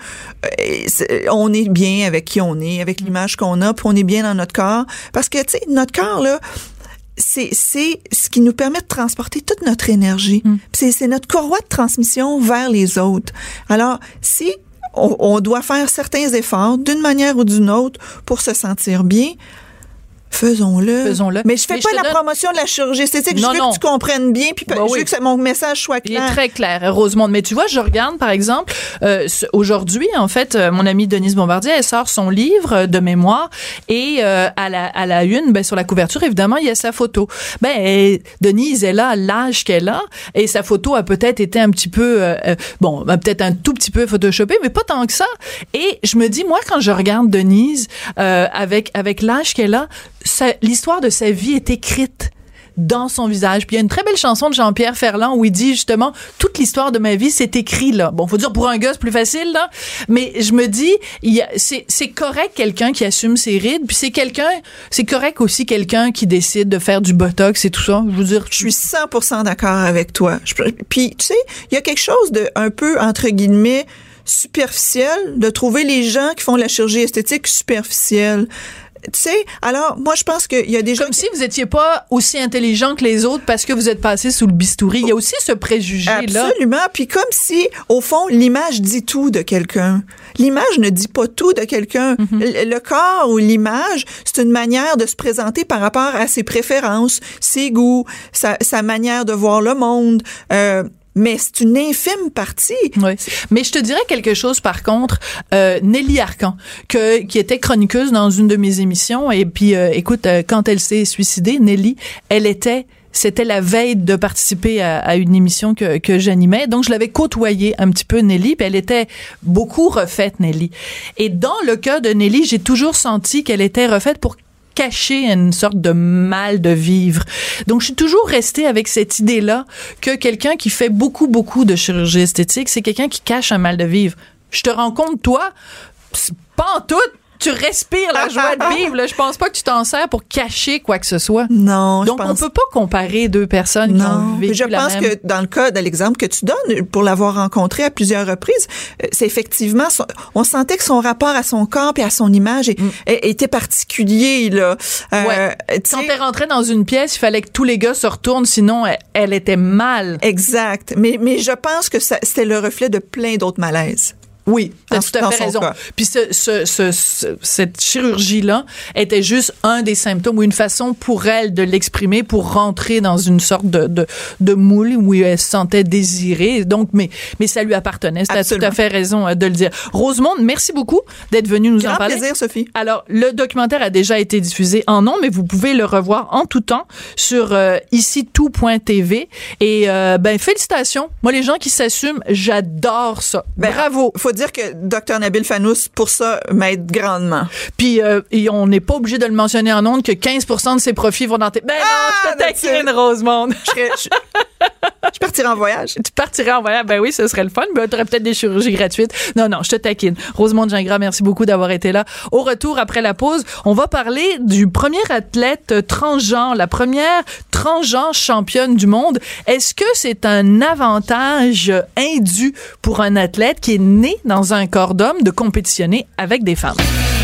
on est bien avec qui on est, avec l'image qu'on a, puis on est bien dans notre corps. Parce que, tu sais, notre corps, là, c'est ce qui nous permet de transporter toute notre énergie. C'est notre courroie de transmission vers les autres. Alors, si on doit faire certains efforts d'une manière ou d'une autre pour se sentir bien, faisons-le. Mais je fais pas la promotion de la chirurgie esthétique. Je veux que tu comprennes bien, puis je veux que mon message soit clair. Il est très clair, Rosemonde. Mais tu vois, je regarde, par exemple, aujourd'hui, en fait, mon amie Denise Bombardier, elle sort son livre de mémoire et à la une, sur la couverture, évidemment, il y a sa photo. Denise est là à l'âge qu'elle a et sa photo a peut-être été un petit peu, peut-être un tout petit peu photoshopée, mais pas tant que ça. Et je me dis, moi, quand je regarde Denise avec l'âge qu'elle a, l'histoire de sa vie est écrite dans son visage. Puis il y a une très belle chanson de Jean-Pierre Ferland où il dit justement toute l'histoire de ma vie c'est écrit là. Bon, faut dire pour un gars c'est plus facile là, mais je me dis c'est correct quelqu'un qui assume ses rides, puis c'est correct aussi quelqu'un qui décide de faire du botox et tout ça. Je veux dire, je suis 100% d'accord avec toi. Puis tu sais, il y a quelque chose de un peu entre guillemets superficiel de trouver les gens qui font de la chirurgie esthétique superficielle. Tu sais, alors, moi, je pense qu'il y a des gens... Comme si vous étiez pas aussi intelligent que les autres parce que vous êtes passé sous le bistouri. Il y a aussi ce préjugé-là. Absolument. Puis comme si, au fond, l'image dit tout de quelqu'un. L'image ne dit pas tout de quelqu'un. Le corps ou l'image, c'est une manière de se présenter par rapport à ses préférences, ses goûts, sa manière de voir le monde. Mais c'est une infime partie. Oui. Mais je te dirais quelque chose, par contre, Nelly Arcan, qui était chroniqueuse dans une de mes émissions, et puis, écoute, quand elle s'est suicidée, Nelly, c'était la veille de participer à une émission que j'animais. Donc, je l'avais côtoyée un petit peu, Nelly, puis elle était beaucoup refaite, Nelly. Et dans le cas de Nelly, j'ai toujours senti qu'elle était refaite pour cacher une sorte de mal de vivre. Donc, je suis toujours restée avec cette idée-là que quelqu'un qui fait beaucoup, beaucoup de chirurgie esthétique, c'est quelqu'un qui cache un mal de vivre. Je te rends compte, toi, pas en tout, tu respires la joie de vivre. Là. Je pense pas que tu t'en sers pour cacher quoi que ce soit. Non, donc, on peut pas comparer deux personnes qui ont vécu la même. Je pense que dans le cas de l'exemple que tu donnes, pour l'avoir rencontré à plusieurs reprises, c'est effectivement, on sentait que son rapport à son corps et à son image était particulier. Là. Quand t'es rentrée dans une pièce, il fallait que tous les gars se retournent, sinon elle était mal. Exact. Mais je pense que c'était le reflet de plein d'autres malaises. Oui, t'as tout à fait raison. Puis cette chirurgie-là était juste un des symptômes ou une façon pour elle de l'exprimer, pour rentrer dans une sorte de moule où elle se sentait désirée. Donc, mais ça lui appartenait. T'as tout à fait raison de le dire. Rosemonde, merci beaucoup d'être venue nous en parler. Grand plaisir, Sophie. Alors, le documentaire a déjà été diffusé en nom, mais vous pouvez le revoir en tout temps sur icitout.tv. Et félicitations. Moi, les gens qui s'assument, j'adore ça. Bravo. Faut dire que Dr Nabil Fannous, pour ça, m'aide grandement. Puis, on n'est pas obligé de le mentionner en ondes que 15% de ses profits vont dans tes... non, je te taquine, Rosemonde. Je partirais en voyage. Tu partirais en voyage? Ben oui, ce serait le fun. Ben, tu aurais peut-être des chirurgies gratuites. Non, je te taquine. Rosemonde Gingras, merci beaucoup d'avoir été là. Au retour, après la pause, on va parler du premier athlète transgenre, la première transgenre championne du monde. Est-ce que c'est un avantage indu pour un athlète qui est né dans un corps d'homme de compétitionner avec des femmes?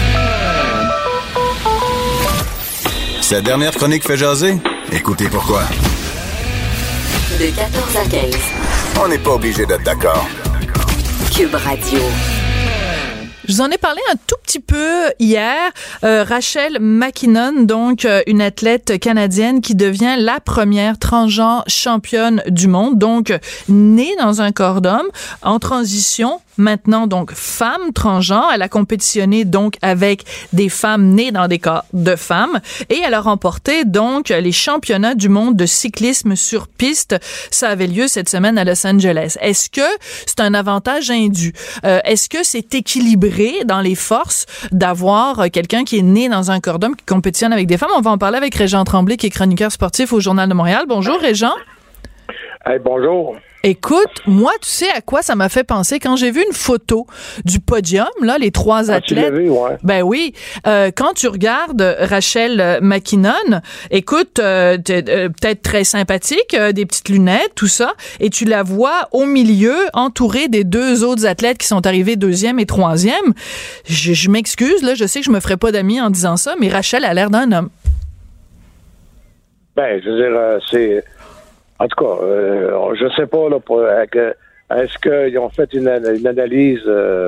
Cette dernière chronique fait jaser? Écoutez pourquoi. De 14 à 15. On n'est pas obligé d'être d'accord. Cube Radio. Je vous en ai parlé un tout petit peu hier. Rachel McKinnon, donc une athlète canadienne qui devient la première transgenre championne du monde, donc née dans un corps d'homme, en transition, maintenant donc femme transgenre. Elle a compétitionné donc avec des femmes nées dans des corps de femmes et elle a remporté donc les championnats du monde de cyclisme sur piste. Ça avait lieu cette semaine à Los Angeles. Est-ce que c'est un avantage indu? Est-ce que c'est équilibré dans les forces d'avoir quelqu'un qui est né dans un corps d'homme qui compétitionne avec des femmes? On va en parler avec Régent Tremblay, qui est chroniqueur sportif au Journal de Montréal. Bonjour, Régent. Hey, bonjour. Écoute, moi, tu sais à quoi ça m'a fait penser quand j'ai vu une photo du podium, là, les trois athlètes. Tu l'as vu, ouais. Ben oui. Quand tu regardes Rachel McKinnon, écoute, peut-être très sympathique, des petites lunettes, tout ça, et tu la vois au milieu, entourée des deux autres athlètes qui sont arrivés deuxième et troisième. Je m'excuse, là, je sais que je me ferai pas d'amis en disant ça, mais Rachel a l'air d'un homme. Ben, je veux dire, c'est... En tout cas, je sais pas, là, est-ce qu'ils ont fait une analyse,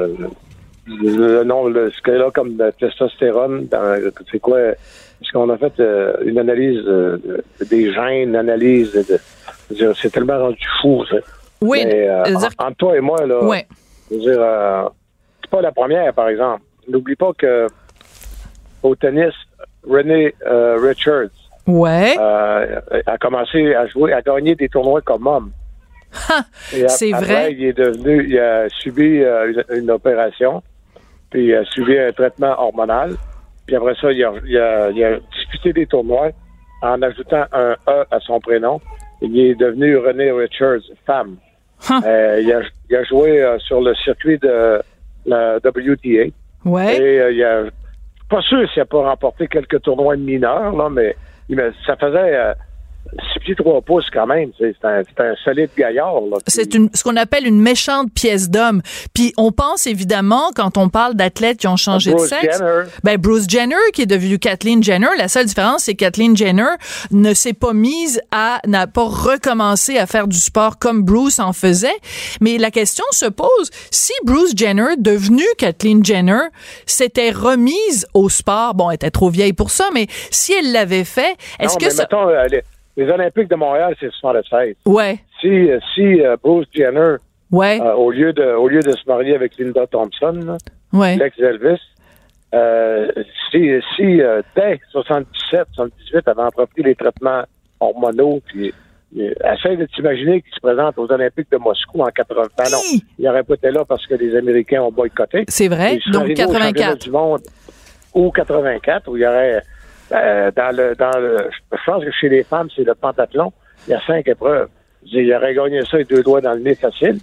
ce qu'il y a là comme de testostérone, c'est quoi? Est-ce qu'on a fait une analyse des gènes, une analyse c'est tellement rendu fou, ça. Oui. Mais, entre toi et moi, là, ouais. Je veux dire, c'est pas la première, par exemple. N'oublie pas que au tennis, Renee Richards a commencé à jouer, à gagner des tournois comme homme. C'est après, vrai. Il a subi une opération, puis il a subi un traitement hormonal, puis après ça, il a disputé des tournois en ajoutant un E à son prénom. Il est devenu Renee Richards, femme. Il a joué sur le circuit de la WTA. Ouais. Et je suis pas sûr s'il n'a pas remporté quelques tournois mineurs, là, mais ça faisait 6 pieds 3 pouces quand même. C'est un solide gaillard. Là, c'est ce qu'on appelle une méchante pièce d'homme. Puis on pense évidemment, quand on parle d'athlètes qui ont changé de sexe, Bruce Jenner qui est devenu Kathleen Jenner. La seule différence, c'est que Kathleen Jenner n'a pas recommencé à faire du sport comme Bruce en faisait. Mais la question se pose, si Bruce Jenner, devenu Kathleen Jenner, s'était remise au sport, bon, elle était trop vieille pour ça, mais si elle l'avait fait, mettons, les Olympiques de Montréal, c'est 76. Ouais. Si Bruce Jenner, ouais. Au lieu de se marier avec Linda Thompson, là, ouais. l'ex-Elvis, si dès 77, 78, avait entrepris les traitements hormonaux, puis essaye de t'imaginer qu'il se présente aux Olympiques de Moscou en 80. Ben non, il n'aurait pas été là parce que les Américains ont boycotté. C'est vrai. Donc 84. Du monde, ou 84, où il y aurait... je pense que chez les femmes, c'est le pentathlon. Il y a 5 épreuves. Il aurait gagné ça avec 2 doigts dans le nez facile.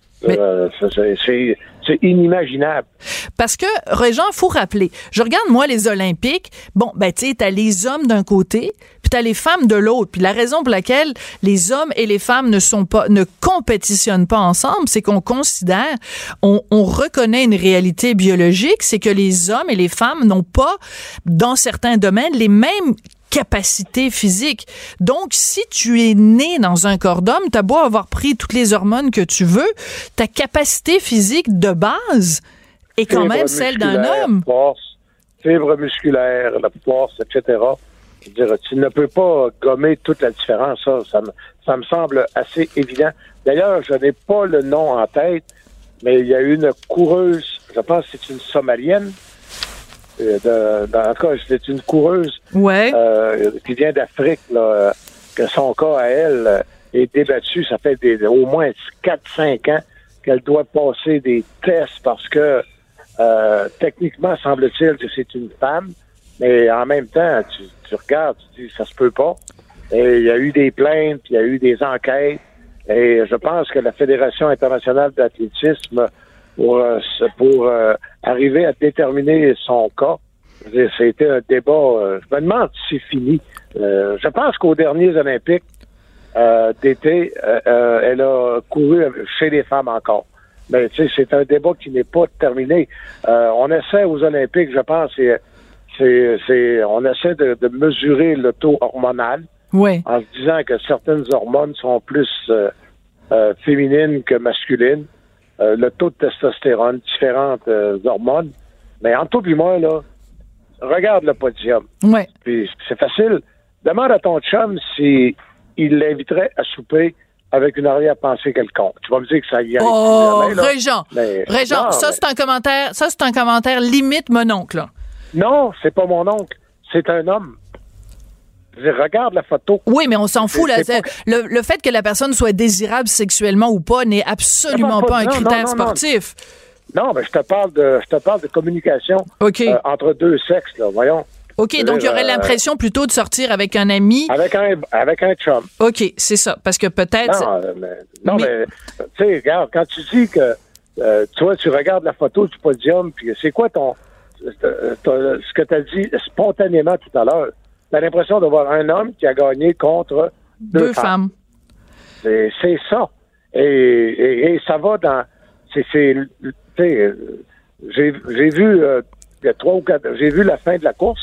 C'est inimaginable. Parce que, Régent, il faut rappeler, je regarde, moi, les Olympiques, bon, ben, tu sais, t'as les hommes d'un côté, puis t'as les femmes de l'autre. Puis la raison pour laquelle les hommes et les femmes ne compétitionnent pas ensemble, c'est qu'on considère, on reconnaît une réalité biologique, c'est que les hommes et les femmes n'ont pas, dans certains domaines, les mêmes capacité physique. Donc, si tu es né dans un corps d'homme, t'as beau avoir pris toutes les hormones que tu veux, ta capacité physique de base est quand même celle d'un homme. Fibre musculaire, la force, etc. Je veux dire, tu ne peux pas gommer toute la différence. Ça me semble assez évident. D'ailleurs, je n'ai pas le nom en tête, mais il y a une coureuse, je pense que c'est une Somalienne, en tout cas, c'est une coureuse qui vient d'Afrique, là, que son cas à elle est débattu. Ça fait au moins 4-5 ans qu'elle doit passer des tests parce que techniquement, semble-t-il que c'est une femme, mais en même temps, tu regardes, tu dis ça se peut pas. Et il y a eu des plaintes, il y a eu des enquêtes, et je pense que la Fédération internationale d'athlétisme pour arriver à déterminer son cas. C'était un débat. Je me demande si c'est fini. Je pense qu'aux derniers Olympiques d'été, elle a couru chez les femmes encore. Mais tu sais, c'est un débat qui n'est pas terminé. On essaie aux Olympiques, je pense, on essaie de mesurer le taux hormonal en se disant que certaines hormones sont plus féminines que masculines. Le taux de testostérone, différentes hormones. Mais en tout puis moi, là, regarde le podium. Ouais. Puis c'est facile. Demande à ton chum si il l'inviterait à souper avec une arrière-pensée quelconque. Tu vas me dire que ça y arrive. Oh, Régent, c'est un commentaire limite mon oncle. Là. Non, c'est pas mon oncle. C'est un homme. Regarde la photo. Oui, mais on s'en fout. Là. Le fait que la personne soit désirable sexuellement ou pas n'est absolument pas un critère sportif. Non, mais je te parle de communication entre deux sexes, là, voyons. OK, donc il y aurait l'impression plutôt de sortir avec un ami. Avec un chum. OK, c'est ça. Parce que peut-être... Non, mais tu sais, regarde, quand tu dis que tu regardes la photo du podium, puis c'est quoi ce que tu as dit spontanément tout à l'heure? T'as l'impression d'avoir un homme qui a gagné contre deux femmes. C'est ça. Et ça va dans... j'ai vu il y a 3 ou 4... J'ai vu la fin de la course,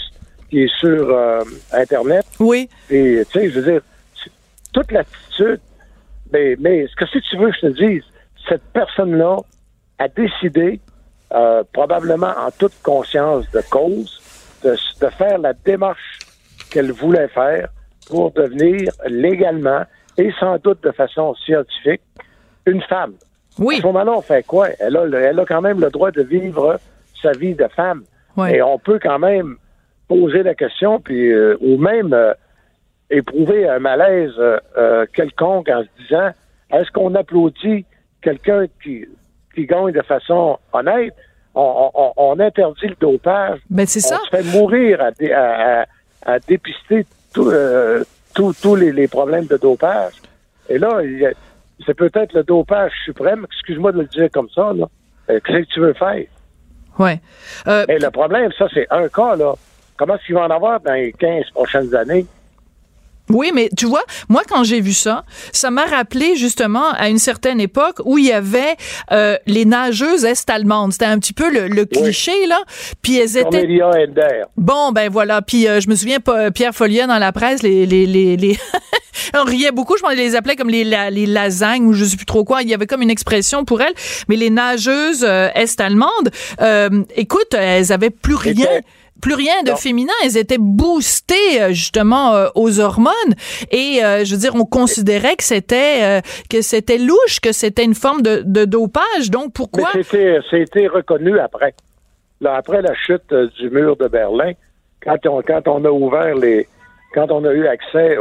qui est sur Internet. Oui. Et, tu sais, je veux dire, toute l'attitude, mais ce que si tu veux que je te dise, cette personne-là a décidé, probablement en toute conscience de cause, de faire la démarche qu'elle voulait faire pour devenir légalement et sans doute de façon scientifique une femme. Oui. À ce moment-là, on fait quoi? Elle a quand même le droit de vivre sa vie de femme. Oui. Et on peut quand même poser la question, puis ou même éprouver un malaise quelconque en se disant, est-ce qu'on applaudit quelqu'un qui gagne de façon honnête? On interdit le dopage. Ben, c'est ça. On se fait mourir à dépister tous les problèmes de dopage. Et là, c'est peut-être le dopage suprême. Excuse-moi de le dire comme ça, là. Qu'est-ce que tu veux faire? Oui. Et le problème, ça, c'est un cas, là. Comment est-ce qu'il va en avoir dans les 15 prochaines années? Oui, mais tu vois, moi, quand j'ai vu ça, ça m'a rappelé justement à une certaine époque où il y avait les nageuses est-allemandes. C'était un petit peu le cliché, oui. Là. Puis elles étaient... Cornelia Ender. Bon, ben voilà. Puis je me souviens, Pierre Folliet, dans la presse, les... On riait beaucoup, je pense qu'ils les appelait comme les lasagnes ou je sais plus trop quoi. Il y avait comme une expression pour elles. Mais les nageuses est-allemandes, écoute, elles avaient plus rien de féminin. Elles étaient boostées, justement, aux hormones. Et, je veux dire, on considérait que c'était louche, que c'était une forme de dopage. Donc, pourquoi? Mais c'était reconnu après. Là, après la chute du mur de Berlin, quand on a ouvert quand on a eu accès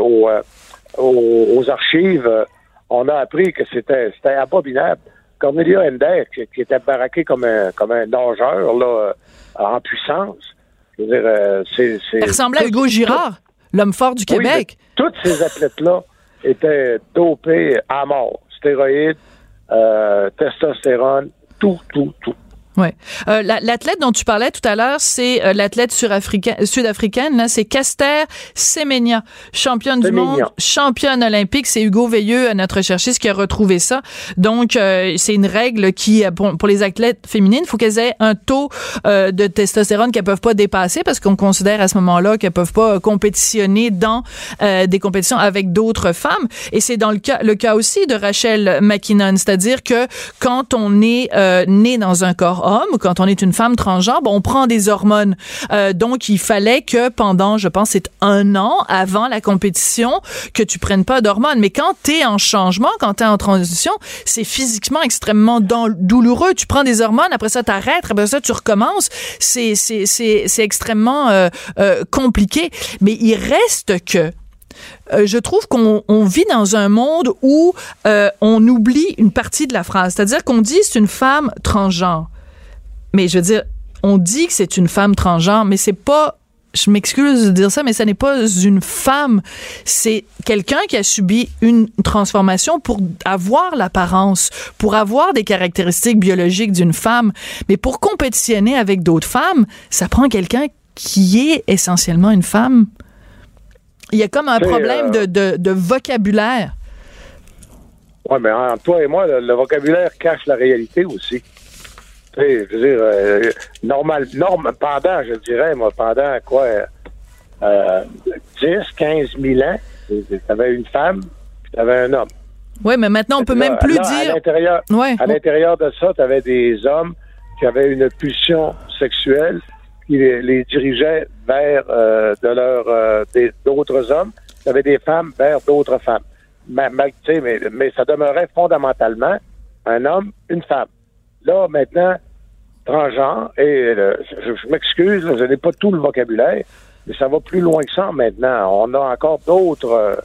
aux archives, on a appris que c'était abominable. Cornelia Ender, qui était baraqué comme un nageur, là, en puissance. Je veux dire, Elle ressemblait à Hugo Girard, l'homme fort du Québec. Oui, toutes ces athlètes-là étaient dopés à mort. Stéroïdes, testostérone, tout. Ouais. L'athlète dont tu parlais tout à l'heure, c'est l'athlète sud-africaine, là, c'est Caster Semenya, championne du monde, championne olympique. C'est Hugo Veilleux, notre cherchiste, qui a retrouvé ça. Donc, c'est une règle qui, pour les athlètes féminines, il faut qu'elles aient un taux de testostérone qu'elles peuvent pas dépasser parce qu'on considère à ce moment-là qu'elles peuvent pas compétitionner dans des compétitions avec d'autres femmes. Et c'est dans le cas aussi de Rachel McKinnon, c'est-à-dire que quand on est né dans un corps homme, quand on est une femme transgenre, on prend des hormones. Donc, il fallait que pendant, je pense, c'est 1 an avant la compétition, que tu prennes pas d'hormones. Mais quand t'es en changement, quand t'es en transition, c'est physiquement extrêmement douloureux. Tu prends des hormones, après ça, t'arrêtes, après ça, tu recommences. C'est extrêmement compliqué. Mais il reste que je trouve qu'on vit dans un monde où on oublie une partie de la phrase. C'est-à-dire qu'on dit c'est une femme transgenre. Mais je veux dire, on dit que c'est une femme transgenre, mais c'est pas, je m'excuse de dire ça, mais ça n'est pas une femme. C'est quelqu'un qui a subi une transformation pour avoir l'apparence, pour avoir des caractéristiques biologiques d'une femme. Mais pour compétitionner avec d'autres femmes, ça prend quelqu'un qui est essentiellement une femme. Il y a comme un problème de vocabulaire. Oui, mais entre toi et moi, le vocabulaire cache la réalité aussi. Tu sais, je veux dire, pendant quoi, 10, 15 000 ans, t'avais une femme, puis t'avais un homme. Oui, mais maintenant, on peut même plus dire... À l'intérieur de ça, t'avais des hommes qui avaient une pulsion sexuelle qui les dirigeait vers d'autres hommes. T'avais des femmes vers d'autres femmes. Mais ça demeurait fondamentalement un homme, une femme. Là, maintenant, transgenre, et je m'excuse, je n'ai pas tout le vocabulaire, mais ça va plus loin que ça maintenant. On a encore d'autres...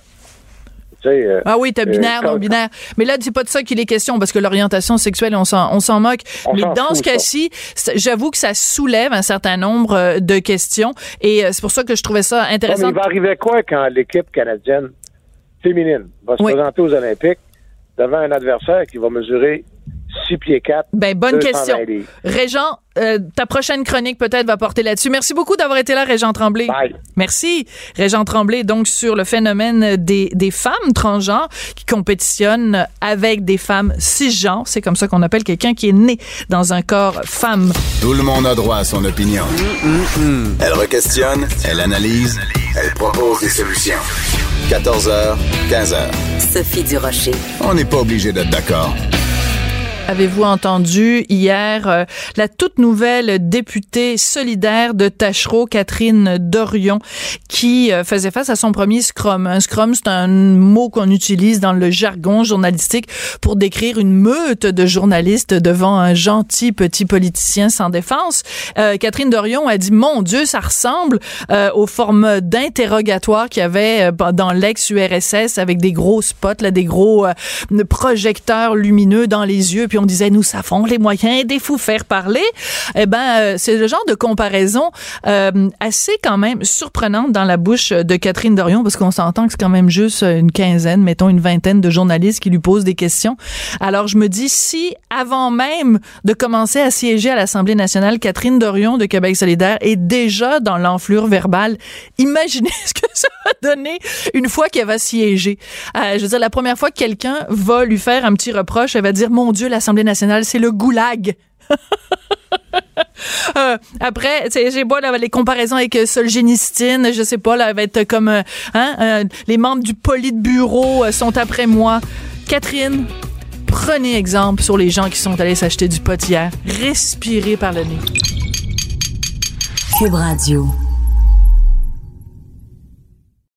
ah oui, t'as binaire, non-binaire. Mais là, c'est pas de ça qu'il est question, parce que l'orientation sexuelle, on s'en moque. Mais dans ce cas-ci, j'avoue que ça soulève un certain nombre de questions, et c'est pour ça que je trouvais ça intéressant. Mais il va arriver quoi quand l'équipe canadienne féminine va se présenter aux Olympiques devant un adversaire qui va mesurer 6 pieds 4. Ben, bonne question. Livres. Régent, ta prochaine chronique peut-être va porter là-dessus. Merci beaucoup d'avoir été là, Régent Tremblay. Bye. Merci. Régent Tremblay, donc, sur le phénomène des femmes transgenres qui compétitionnent avec des femmes cisgenres. C'est comme ça qu'on appelle quelqu'un qui est né dans un corps femme. Tout le monde a droit à son opinion. Elle requestionne, elle analyse, elle propose des solutions. 14h, 15h. Sophie Durocher. On n'est pas obligé d'être d'accord. Avez-vous entendu hier la toute nouvelle députée solidaire de Tachereau, Catherine Dorion, qui faisait face à son premier scrum. Un scrum, c'est un mot qu'on utilise dans le jargon journalistique pour décrire une meute de journalistes devant un gentil petit politicien sans défense. Catherine Dorion a dit, mon Dieu, ça ressemble au format d'interrogatoire qu'il y avait dans l'ex-URSS avec des gros spots, là, des gros projecteurs lumineux dans les yeux, puis on disait, nous savons les moyens des fous faire parler. Eh ben, c'est le genre de comparaison assez quand même surprenante dans la bouche de Catherine Dorion, parce qu'on s'entend que c'est quand même juste une quinzaine, mettons une vingtaine de journalistes qui lui posent des questions. Alors, je me dis, si avant même de commencer à siéger à l'Assemblée nationale, Catherine Dorion de Québec solidaire est déjà dans l'enflure verbale, imaginez ce que ça va donner une fois qu'elle va siéger. Je veux dire, la première fois que quelqu'un va lui faire un petit reproche, elle va dire, mon Dieu, l'Assemblée nationale, c'est le goulag. Après, j'ai beau là, les comparaisons avec Solzhenitsyn, je sais pas, là, elle va être comme les membres du Politburo sont après moi. Catherine, prenez exemple sur les gens qui sont allés s'acheter du pot hier. Respirez par le nez. Cube Radio.